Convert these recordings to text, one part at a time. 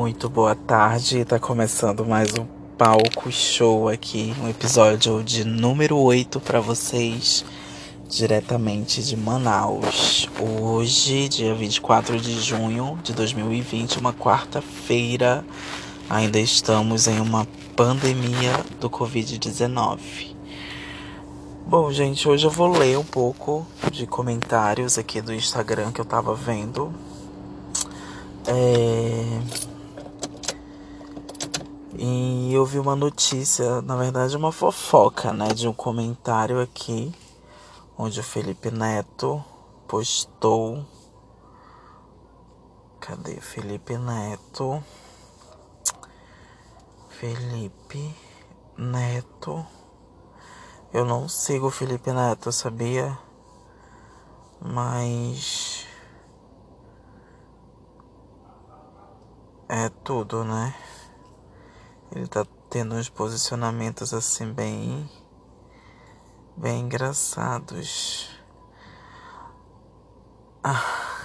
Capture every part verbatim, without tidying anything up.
Muito boa tarde, tá começando mais um Palco Show aqui, um episódio de número oito para vocês, diretamente de Manaus. Hoje, dia vinte e quatro de junho de dois mil e vinte, uma quarta-feira, ainda estamos em uma pandemia do covid dezenove. Bom, gente, hoje eu vou ler um pouco de comentários aqui do Instagram que eu tava vendo. É... E eu vi uma notícia, na verdade uma fofoca, né, de um comentário aqui, onde o Felipe Neto postou... Cadê Felipe Neto? Felipe Neto... Eu não sigo o Felipe Neto, sabia? Mas... é tudo, né? Ele tá tendo uns posicionamentos assim bem... bem engraçados. Ah,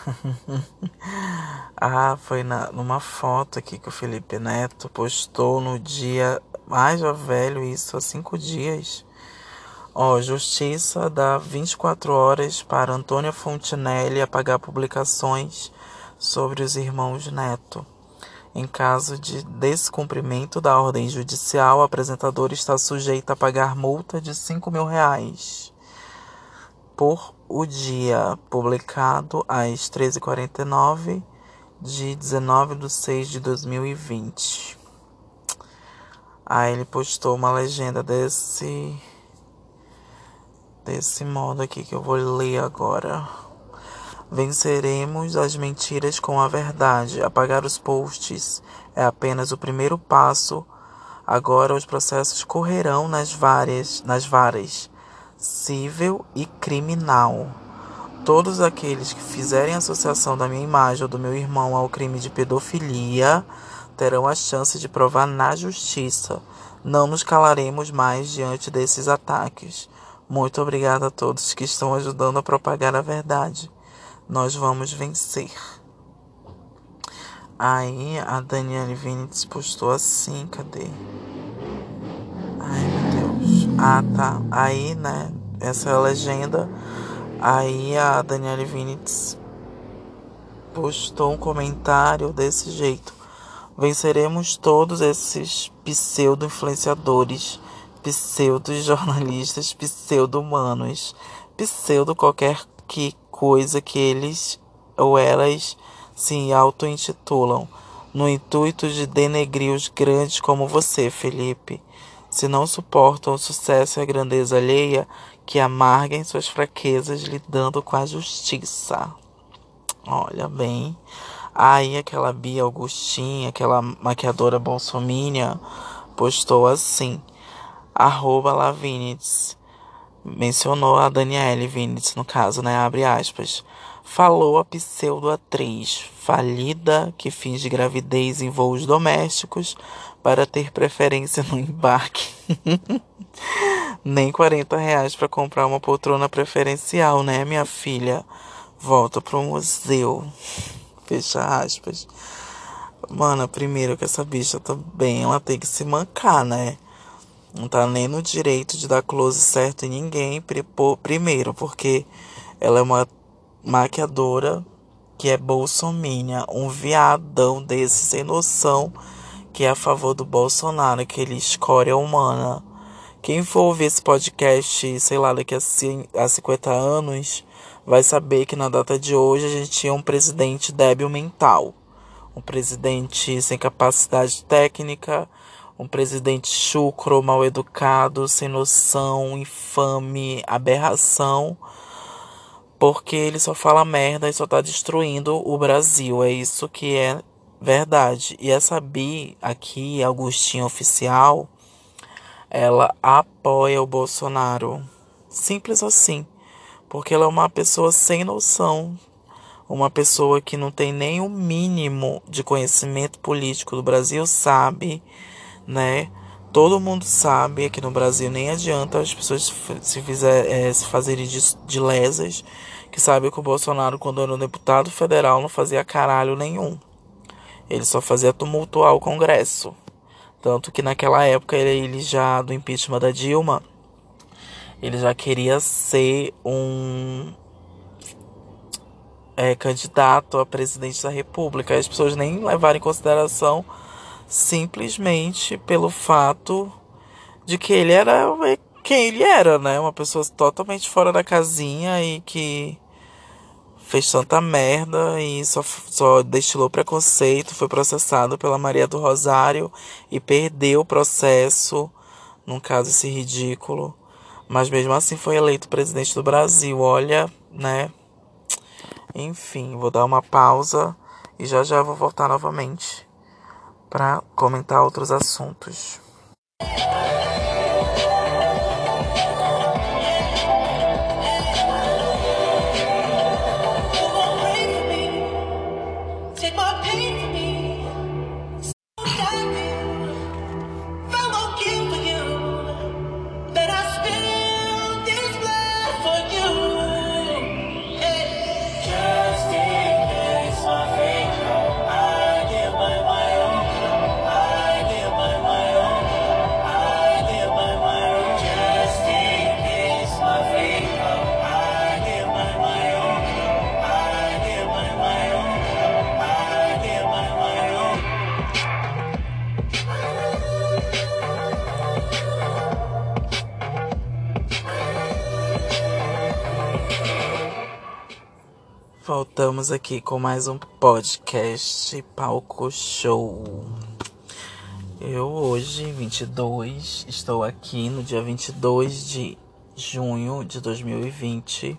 ah foi na, numa foto aqui que o Felipe Neto postou no dia... Ai, já velho isso, há cinco dias. Ó, Justiça dá vinte e quatro horas para Antônia Fontinelli apagar publicações sobre os irmãos Neto. Em caso de descumprimento da ordem judicial, o apresentador está sujeito a pagar multa de cinco mil reais por o dia, publicado às treze e quarenta e nove de dezenove de seis de dois mil e vinte. Aí ele postou uma legenda desse, desse modo aqui que eu vou ler agora. Venceremos as mentiras com a verdade. Apagar os posts é apenas o primeiro passo. Agora os processos correrão nas várias, nas varas civil e criminal. Todos aqueles que fizerem associação da minha imagem ou do meu irmão ao crime de pedofilia terão a chance de provar na justiça. Não nos calaremos mais diante desses ataques. Muito obrigada a todos que estão ajudando a propagar a verdade. Nós vamos vencer. Aí a Daniele Vinitz postou assim, cadê? Ai, meu Deus. Ah, tá. Aí, né, essa é a legenda. Aí a Daniele Vinitz postou um comentário desse jeito. Venceremos todos esses pseudo-influenciadores, pseudo-jornalistas, pseudo-humanos, pseudo qualquer que coisa que eles ou elas se auto-intitulam, no intuito de denegrir os grandes como você, Felipe. Se não suportam o sucesso e a grandeza alheia, que amarguem suas fraquezas lidando com a justiça. Olha bem. Aí aquela Bia Augustin, aquela maquiadora bolsominion, postou assim, arroba Lavinitz. Mencionou a Daniele Vinitz, no caso, né? Abre aspas. Falou a pseudo-atriz falida que finge gravidez em voos domésticos para ter preferência no embarque. Nem quarenta reais para comprar uma poltrona preferencial, né, minha filha? Volta pro museu. Fecha aspas. Mano, primeiro que essa bicha também, ela tem que se mancar, né? Não tá nem no direito de dar close certo em ninguém, primeiro, porque ela é uma maquiadora que é bolsominion, um viadão desse sem noção, que é a favor do Bolsonaro, aquele escória humana. Quem for ouvir esse podcast, sei lá, daqui a cinquenta anos, vai saber que na data de hoje a gente tinha um presidente débil mental, um presidente sem capacidade técnica, um presidente chucro, mal educado, sem noção, infame, aberração, porque ele só fala merda e só tá destruindo o Brasil. É isso que é verdade. E essa Bi aqui, Agostinho Oficial, ela apoia o Bolsonaro. Simples assim. Porque ela é uma pessoa sem noção. Uma pessoa que não tem nem o mínimo de conhecimento político do Brasil, sabe, né? Todo mundo sabe aqui no Brasil, nem adianta as pessoas se, fizer, é, se fazerem de, de lesas, que sabem que o Bolsonaro, quando era um deputado federal, não fazia caralho nenhum. Ele só fazia tumultuar o Congresso. Tanto que naquela época ele já, do impeachment da Dilma, ele já queria ser um é, candidato a presidente da República. As pessoas nem levaram em consideração simplesmente pelo fato de que ele era quem ele era, né? Uma pessoa totalmente fora da casinha e que fez tanta merda e só, só destilou preconceito, foi processado pela Maria do Rosário e perdeu o processo, num caso esse ridículo. Mas mesmo assim foi eleito presidente do Brasil, olha, né? Enfim, vou dar uma pausa e já já vou voltar novamente para comentar outros assuntos. Voltamos aqui com mais um podcast Palco Show. Eu hoje, vinte e dois, estou aqui no dia vinte e dois de junho de dois mil e vinte,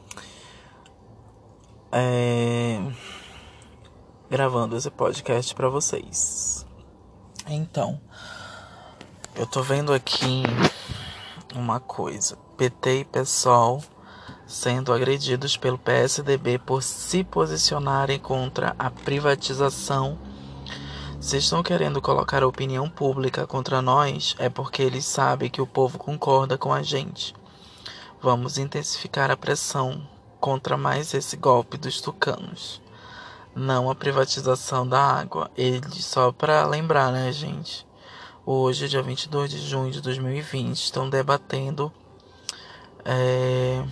é, gravando esse podcast para vocês. Então, eu tô vendo aqui uma coisa: P T e PSOL sendo agredidos pelo P S D B por se posicionarem contra a privatização. Se estão querendo colocar a opinião pública contra nós, é porque eles sabem que o povo concorda com a gente. Vamos intensificar a pressão contra mais esse golpe dos tucanos. Não a privatização da água. Eles, só para lembrar, né, gente? Hoje, dia vinte e dois de junho de dois mil e vinte, estão debatendo... É...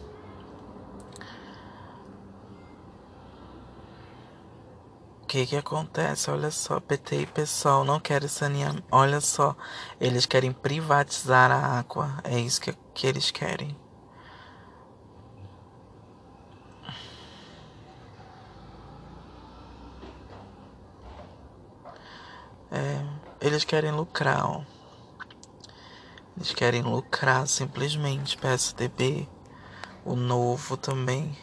O que que acontece? Olha só, P T e PSOL não querem saneamento. Olha só, eles querem privatizar a água. É isso que, que eles querem. É, eles querem lucrar, ó. Eles querem lucrar simplesmente. P S D B, o Novo também.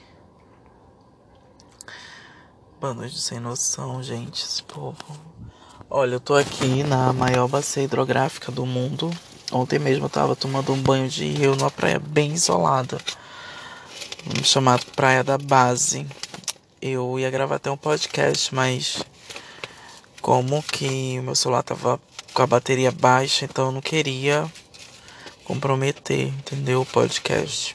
Bandos de sem noção, gente, esse povo. Olha, eu tô aqui na maior bacia hidrográfica do mundo. Ontem mesmo eu tava tomando um banho de rio numa praia bem isolada, chamado Praia da Base. Eu ia gravar até um podcast, mas como que meu celular tava com a bateria baixa, então eu não queria comprometer, entendeu, o podcast.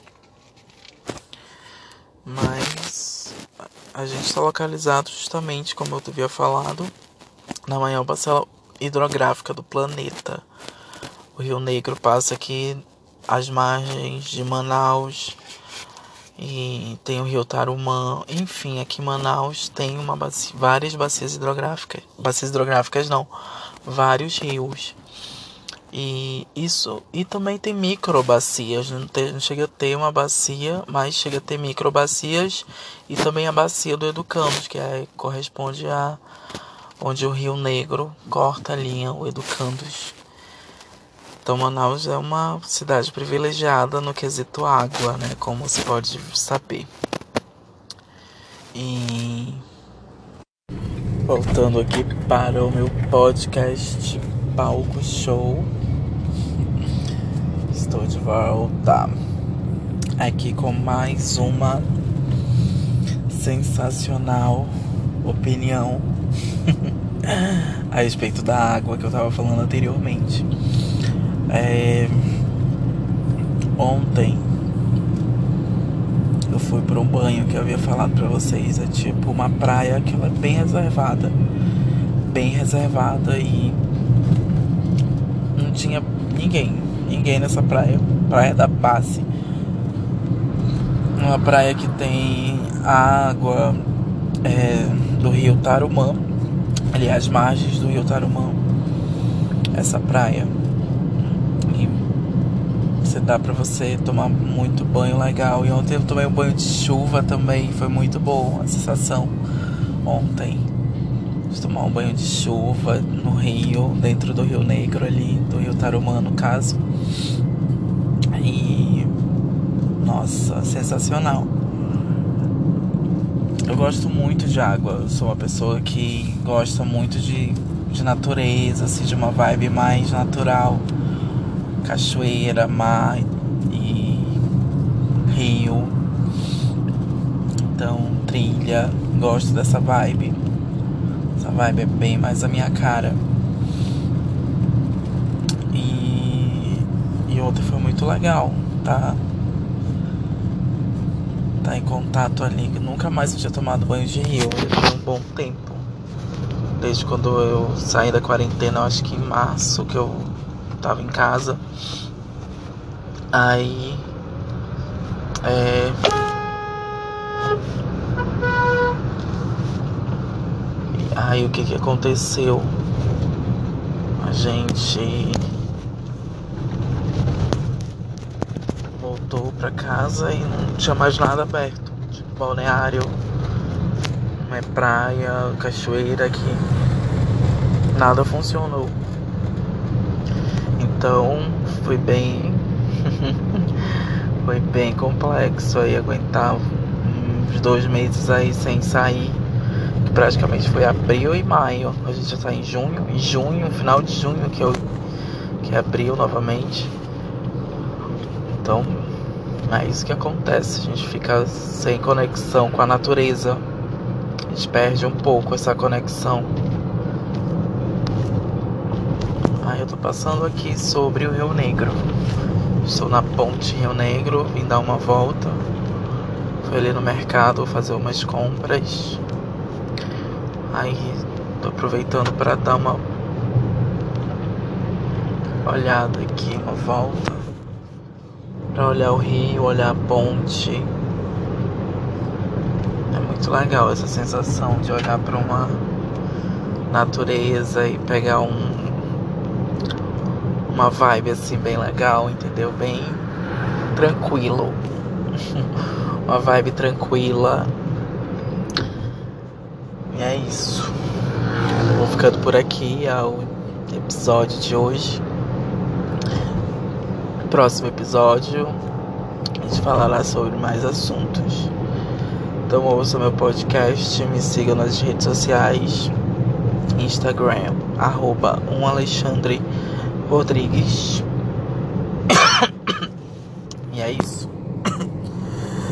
Mas a gente está localizado justamente, como eu havia falado, na maior bacia hidrográfica do planeta. O Rio Negro passa aqui às margens de Manaus e tem o Rio Tarumã. Enfim, aqui em Manaus tem uma bacia, várias bacias hidrográficas. Bacias hidrográficas não, vários rios. E isso, e também tem microbacias, não, tem, não chega a ter uma bacia, mas chega a ter microbacias e também a bacia do Educandos, que é, corresponde a onde o Rio Negro corta a linha, o Educandos. Então Manaus é uma cidade privilegiada no quesito água, né, como você pode saber. E voltando aqui para o meu podcast Palco Show, estou de volta aqui com mais uma sensacional opinião a respeito da água que eu estava falando anteriormente. É... Ontem eu fui para um banho que eu havia falado para vocês. É tipo uma praia que ela é bem reservada. bem reservada e não tinha ninguém, ninguém nessa praia. Praia da Passe. Uma praia que tem água é, do rio Tarumã, ali às margens do rio Tarumã, essa praia. E você dá pra você tomar muito banho legal. E ontem eu tomei um banho de chuva também, foi muito bom a sensação ontem de tomar um banho de chuva no rio, dentro do Rio Negro ali, do rio Tarumã no caso. E nossa, sensacional. Eu gosto muito de água. Eu sou uma pessoa que gosta muito de, de natureza, assim, de uma vibe mais natural. Cachoeira, mar e rio. Então, trilha. Gosto dessa vibe. Essa vibe é bem mais a minha cara. E, e ontem foi muito legal, tá? Tá em contato ali. Nunca mais eu tinha tomado banho de rio. Foi um bom tempo. Desde quando eu saí da quarentena, eu acho que em março, que eu tava em casa. Aí é, aí o que que aconteceu? A gente voltou pra casa e não tinha mais nada aberto. Tipo, balneário, é praia, cachoeira, que nada funcionou. Então foi bem foi bem complexo aí aguentar uns dois meses aí sem sair, que praticamente foi abril e maio. A gente já tá em junho, e junho, final de junho que eu que é abril novamente. Então é isso que acontece, a gente fica sem conexão com a natureza. A gente perde um pouco essa conexão. Aí eu tô passando aqui sobre o Rio Negro. Estou na ponte Rio Negro, vim dar uma volta. Fui ali no mercado fazer umas compras. Aí tô aproveitando para dar uma olhada aqui, uma volta, para olhar o rio, olhar a ponte. É muito legal essa sensação de olhar para uma natureza e pegar um uma vibe assim bem legal, entendeu? Bem tranquilo. Uma vibe tranquila. E é isso. Vou ficando por aqui ao episódio de hoje. No próximo episódio a gente falará sobre mais assuntos. Então ouça meu podcast, me siga nas redes sociais, Instagram, arroba um Alexandre Rodrigues. E é isso.